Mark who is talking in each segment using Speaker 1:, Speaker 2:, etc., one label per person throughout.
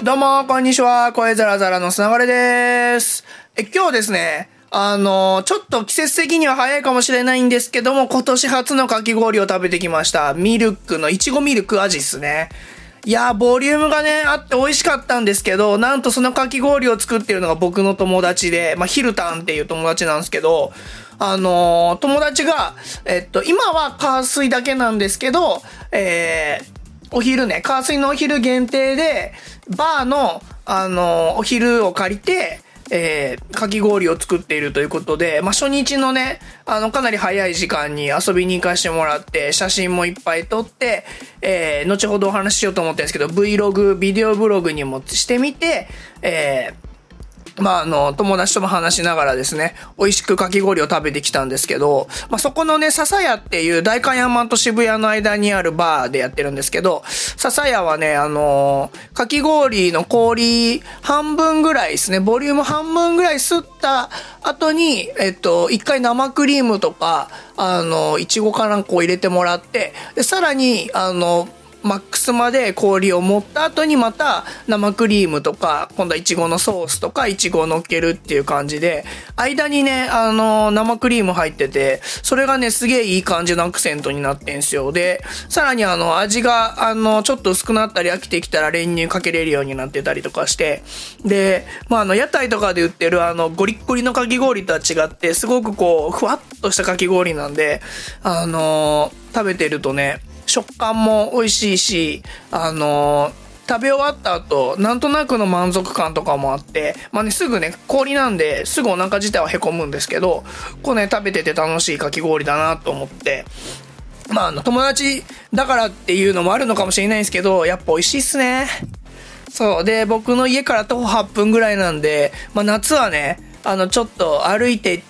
Speaker 1: どうも、こんにちは。声ザラザラのつながれです。今日ですね、ちょっと季節的には早いかもしれないんですけども、今年初のかき氷を食べてきました。ミルクのいちごミルク味っすね。いやー、ボリュームがね、あって美味しかったんですけど、なんとそのかき氷を作ってるのが僕の友達で、ヒルタンっていう友達なんですけど、友達が、今は火水だけなんですけど、お昼ね、火水のお昼限定で、バーの、お昼を借りて、かき氷を作っているということで、初日のね、かなり早い時間に遊びに行かしてもらって、写真もいっぱい撮って、後ほどお話ししようと思ってるんですけど、Vlog、ビデオブログにもしてみて、友達とも話しながらですね、美味しくかき氷を食べてきたんですけど、そこのね、笹屋っていう代官山と渋谷の間にあるバーでやってるんですけど、笹屋はね、かき氷の氷半分ぐらいですね、ボリューム半分ぐらい吸った後に、一回生クリームとか、いちごかなんかを入れてもらって、で、さらに、マックスまで氷を持った後にまた生クリームとか、今度はいちごのソースとかいちごを乗っけるっていう感じで、間にね、生クリーム入ってて、それがね、すげえいい感じのアクセントになってんすよ。で、さらに味が、ちょっと薄くなったり飽きてきたら練乳かけれるようになってたりとかして、で、屋台とかで売ってるゴリッゴリのかき氷とは違って、すごくこう、ふわっとしたかき氷なんで、食べてるとね、食感も美味しいし、食べ終わった後、なんとなくの満足感とかもあって、すぐね、氷なんで、すぐお腹自体は凹むんですけど、こうね、食べてて楽しいかき氷だなと思って、友達だからっていうのもあるのかもしれないんですけど、やっぱ美味しいっすね。そう。で、僕の家から徒歩8分ぐらいなんで、夏はね、ちょっと歩いていって、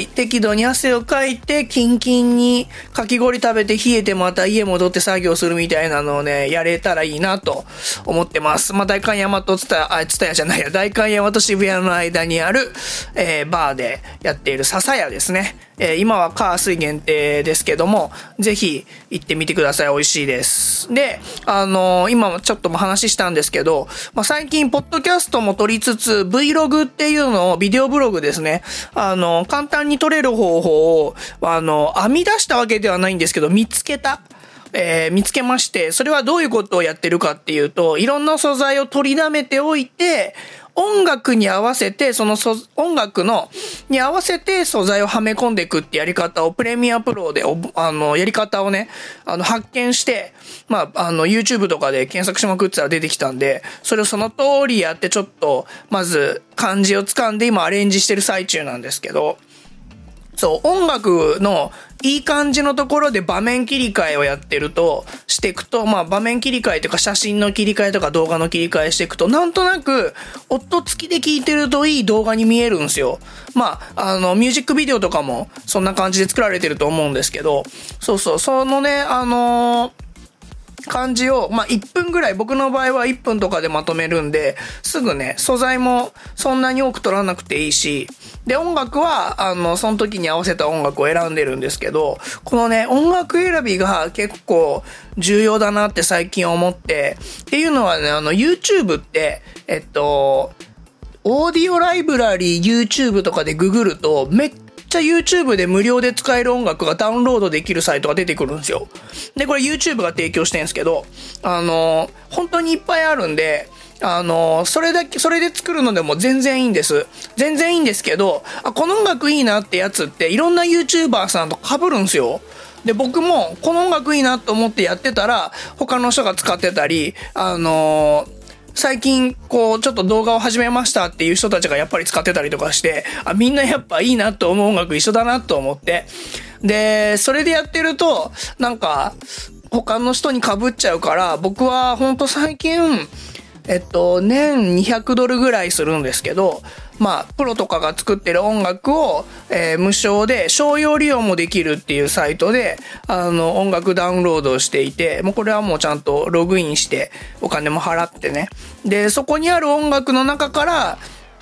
Speaker 1: 適度に汗をかいて、キンキンにかき氷食べて冷えてまた家戻って作業するみたいなのをね、やれたらいいなと思ってます。代官山と代官山と渋谷の間にある、バーでやっている笹屋ですね。今は火水限定ですけども、ぜひ行ってみてください。美味しいです。で、今もちょっとも話したんですけど、最近ポッドキャストも撮りつつ、Vlog っていうのをビデオブログですね。簡単に撮れる方法を、編み出したわけではないんですけど、見つけまして、それはどういうことをやってるかっていうと、いろんな素材を取りだめておいて、音楽に合わせて、音楽に合わせて素材をはめ込んでいくってやり方をプレミアプロで、やり方をね、発見して、YouTube とかで検索しまくってたら出てきたんで、それをその通りやってちょっと、まず漢字を掴んで今アレンジしてる最中なんですけど、そう、音楽のいい感じのところで場面切り替えをやってると、していくと、場面切り替えというか写真の切り替えとか動画の切り替えしていくと、なんとなく、音付きで聞いてるといい動画に見えるんですよ。ミュージックビデオとかもそんな感じで作られてると思うんですけど、そのね、感じを、1分ぐらい、僕の場合は1分とかでまとめるんで、すぐね、素材もそんなに多く取らなくていいし、で、音楽は、その時に合わせた音楽を選んでるんですけど、このね、音楽選びが結構重要だなって最近思って、っていうのはね、YouTube って、オーディオライブラリー YouTube とかでググると、めっちゃ YouTube で無料で使える音楽がダウンロードできるサイトが出てくるんですよ。で、これ YouTube が提供してるんですけど、本当にいっぱいあるんで、それで作るのでも全然いいんです。全然いいんですけど、この音楽いいなってやつっていろんな YouTuber さんと被るんですよ。で、僕もこの音楽いいなと思ってやってたら、他の人が使ってたり、最近、ちょっと動画を始めましたっていう人たちがやっぱり使ってたりとかして、みんなやっぱいいなと思う音楽一緒だなと思って。で、それでやってると、他の人に被っちゃうから、僕はほんと最近、年$200ぐらいするんですけど、プロとかが作ってる音楽を、無償で商用利用もできるっていうサイトで、音楽ダウンロードをしていて、これはもうちゃんとログインしてお金も払ってね。で、そこにある音楽の中から、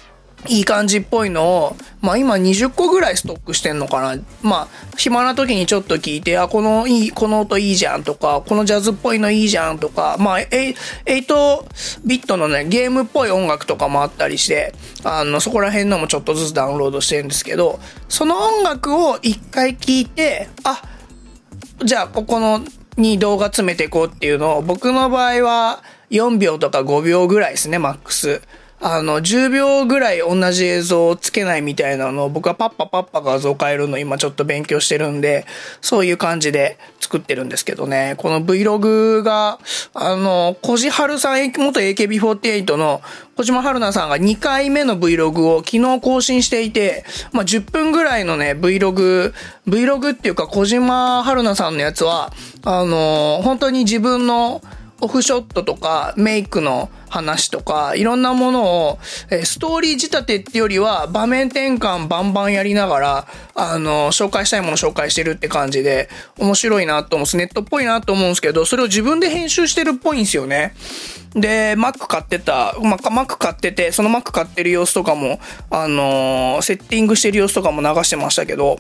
Speaker 1: いい感じっぽいのを、今20個ぐらいストックしてんのかな。暇な時にちょっと聞いて、この音いいじゃんとか、このジャズっぽいのいいじゃんとか、8ビットのね、ゲームっぽい音楽とかもあったりして、そこら辺のもちょっとずつダウンロードしてるんですけど、その音楽を一回聞いて、じゃあここに動画詰めていこうっていうのを、僕の場合は4秒とか5秒ぐらいですね、マックス。10秒ぐらい同じ映像をつけないみたいなのを僕はパッパ画像変えるの今ちょっと勉強してるんで、そういう感じで作ってるんですけどね。この Vlog が、小路春さん、元 AKB48 の小島春菜さんが2回目の Vlog を昨日更新していて、10分ぐらいのね、Vlog っていうか小島春菜さんのやつは、本当に自分のオフショットとかメイクの話とかいろんなものをストーリー仕立てってよりは場面転換バンバンやりながら紹介したいもの紹介してるって感じで面白いなと思う。ネットっぽいなと思うんですけど、それを自分で編集してるっぽいんですよね。で、Mac 買ってて、その Mac 買ってる様子とかもセッティングしてる様子とかも流してましたけど、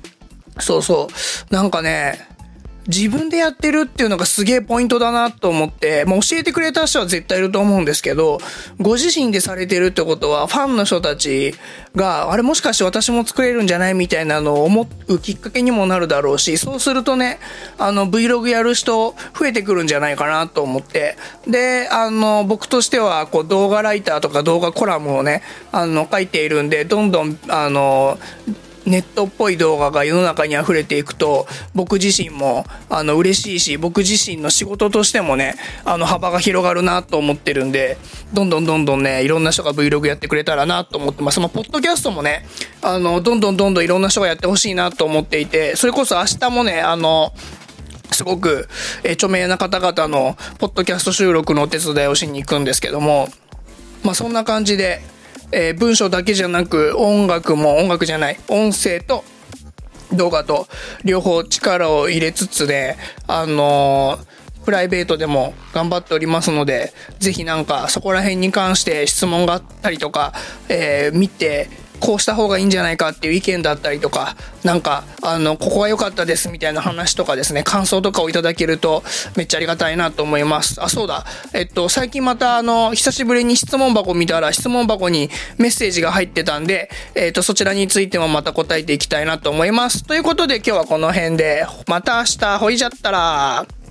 Speaker 1: なんかね、自分でやってるっていうのがすげえポイントだなと思って、教えてくれた人は絶対いると思うんですけど、ご自身でされてるってことは、ファンの人たちが、あれもしかして私も作れるんじゃないみたいなのを思うきっかけにもなるだろうし、そうするとね、Vlog やる人増えてくるんじゃないかなと思って、で、僕としては、動画ライターとか動画コラムをね、書いているんで、どんどん、ネットっぽい動画が世の中に溢れていくと、僕自身も嬉しいし、僕自身の仕事としてもね、幅が広がるなと思ってるんで、どんどんね、いろんな人が Vlog やってくれたらなと思ってます。ポッドキャストもね、どんどんいろんな人がやってほしいなと思っていて、それこそ明日もね、すごく著名な方々のポッドキャスト収録のお手伝いをしに行くんですけども、そんな感じで、文章だけじゃなく音声と動画と両方力を入れつつで、プライベートでも頑張っておりますので、ぜひなんかそこら辺に関して質問があったりとか、見てこうした方がいいんじゃないかっていう意見だったりとか、なんかここが良かったですみたいな話とかですね、感想とかをいただけるとめっちゃありがたいなと思います。そうだ、最近また久しぶりに質問箱見たら質問箱にメッセージが入ってたんで、そちらについてもまた答えていきたいなと思います。ということで今日はこの辺で、また明日ほいじゃったら。